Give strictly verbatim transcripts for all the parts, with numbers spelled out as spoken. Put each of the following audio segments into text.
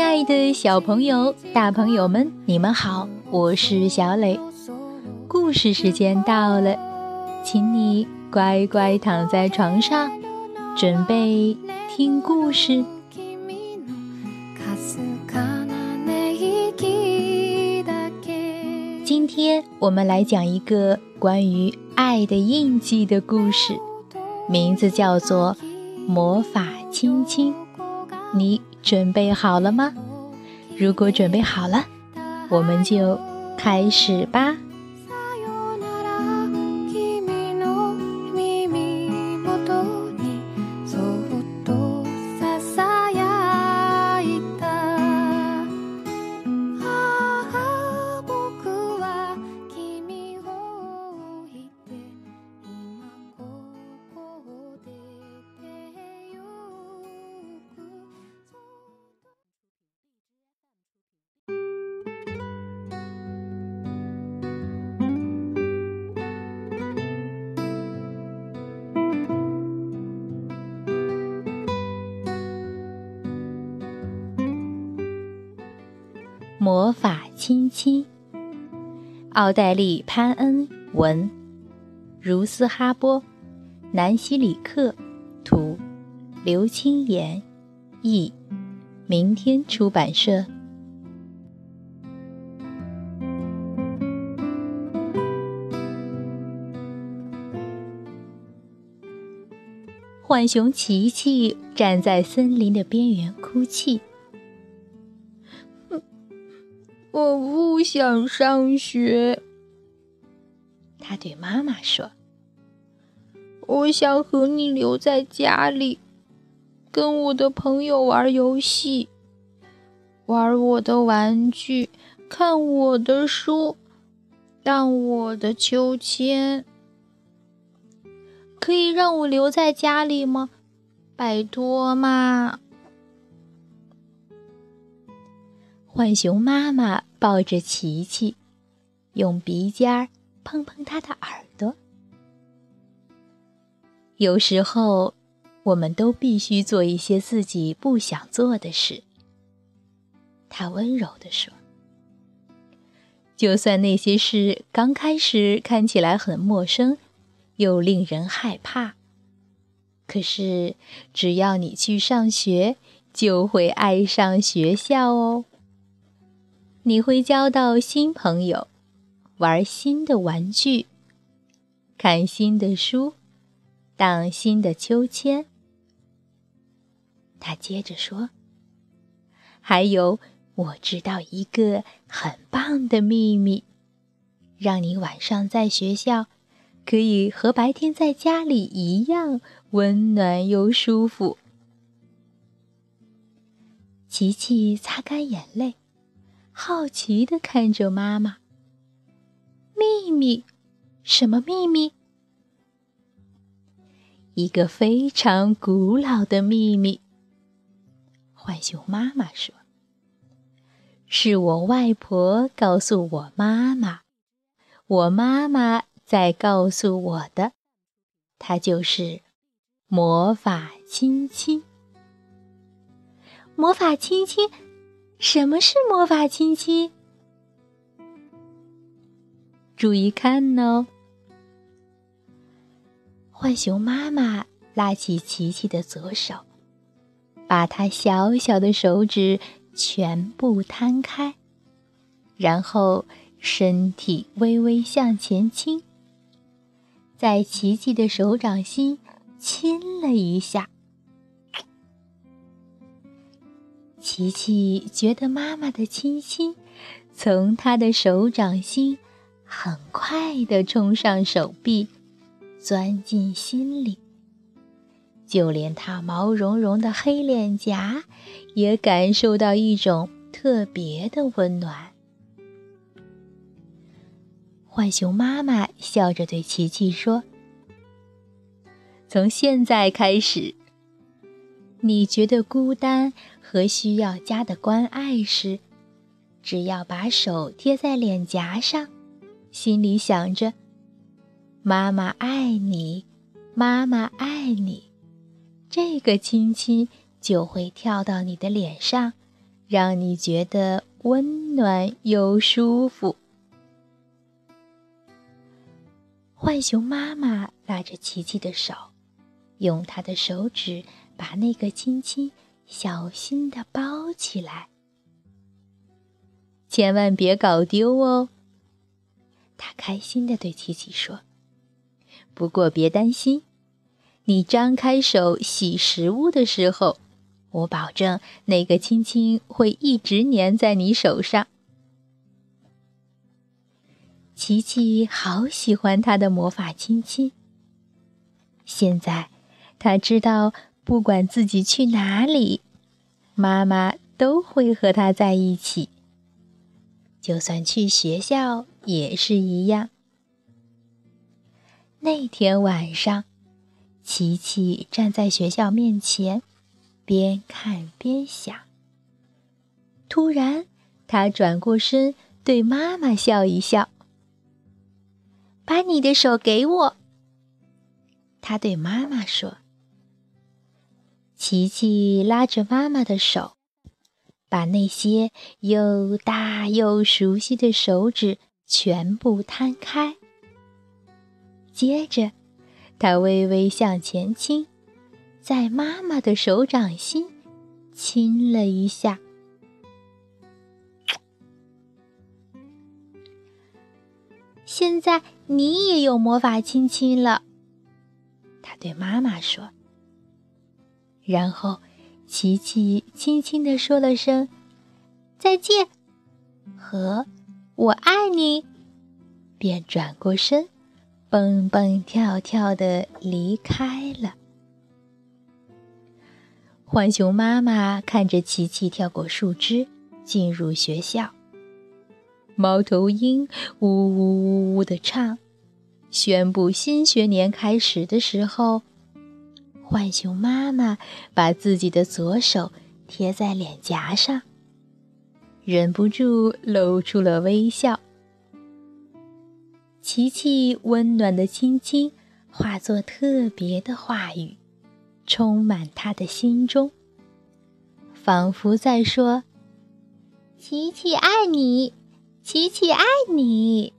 爱的小朋友、大朋友们，你们好，我是小磊。故事时间到了，请你乖乖躺在床上，准备听故事。今天我们来讲一个关于爱的印记的故事，名字叫做魔法亲亲。你准备好了吗？如果准备好了，我们就开始吧。魔法亲亲，奥黛丽·潘恩文，茹丝·哈波，南希·里克图，刘清言译，明天出版社。浣熊琪琪站在森林的边缘哭泣。 我不想上学， 他对妈妈说。 我想和你留在家里，跟我的朋友玩游戏，玩我的玩具，看我的书，荡我的秋千。可以让我留在家里吗？拜托嘛。 浣熊妈妈抱着琪琪，用鼻尖碰碰她的耳朵。有时候，我们都必须做一些自己不想做的事，她温柔地说。就算那些事刚开始看起来很陌生，又令人害怕，可是只要你去上学，就会爱上学校哦。你会交到新朋友，玩新的玩具，看新的书，荡新的秋千。他接着说，还有，我知道一个很棒的秘密，让你晚上在学校可以和白天在家里一样温暖又舒服。琪琪擦干眼泪，好奇地看着妈妈。秘密？什么秘密？一个非常古老的秘密。浣熊妈妈说，是我外婆告诉我妈妈，我妈妈再告诉我的，它就是魔法亲亲。魔法亲亲？什么是魔法亲亲？注意看哦。浣熊妈妈拉起琪琪的左手，把她小小的手指全部摊开，然后身体微微向前倾，在琪琪的手掌心亲了一下。琪琪觉得妈妈的亲亲从她的手掌心很快地冲上手臂，钻进心里，就连她毛茸茸的黑脸颊也感受到一种特别的温暖。浣熊妈妈笑着对琪琪说，从现在开始，你觉得孤单和需要家的关爱时，只要把手贴在脸颊上，心里想着妈妈爱你，妈妈爱你，这个亲亲就会跳到你的脸上， 让你觉得温暖又舒服。浣熊妈妈拉着琪琪的手，用她的手指把那个亲亲小心地包起来。千万别搞丢哦，她开心地对琪琪说。不过别担心，你张开手洗食物的时候，我保证那个亲亲会一直粘在你手上。琪琪好喜欢他的魔法亲亲。现在他知道，不管自己去哪里，妈妈都会和他在一起。就算去学校也是一样。那天晚上，琪琪站在学校面前，边看边想。突然，他转过身，对妈妈笑一笑。把你的手给我，他对妈妈说。琪琪拉着妈妈的手，把那些又大又熟悉的手指全部摊开。接着，他微微向前倾，在妈妈的手掌心亲了一下。现在你也有魔法亲亲了，他对妈妈说。然后，琪琪轻轻地说了声再见和我爱你，便转过身，蹦蹦跳跳地离开了。浣熊妈妈看着琪琪跳过树枝，进入学校。猫头鹰呜呜呜呜地唱，宣布新学年开始的时候，浣熊妈妈把自己的左手贴在脸颊上，忍不住露出了微笑。琪琪温暖的亲亲化作特别的话语，充满他的心中，仿佛在说：琪琪爱你，琪琪爱你。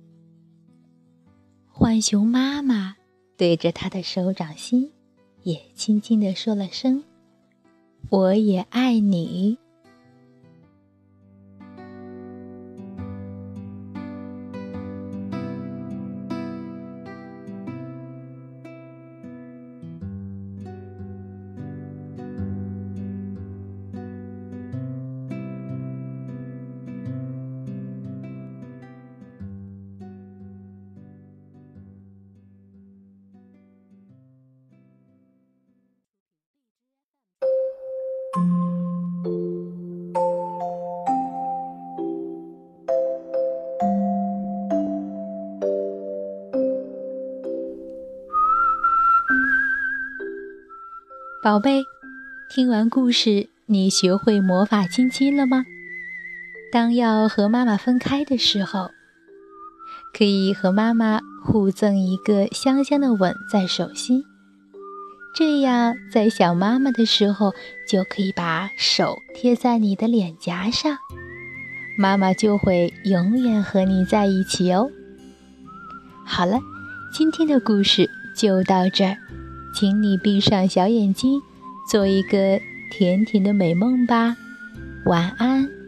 浣熊妈妈对着他的手掌心也轻轻地说了声我也爱你。宝贝，听完故事，你学会魔法亲亲了吗？当要和妈妈分开的时候，可以和妈妈互赠一个香香的吻在手心，这样在想妈妈的时候，就可以把手贴在你的脸颊上，妈妈就会永远和你在一起哦。好了，今天的故事就到这儿，请你闭上小眼睛，做一个甜甜的美梦吧，晚安。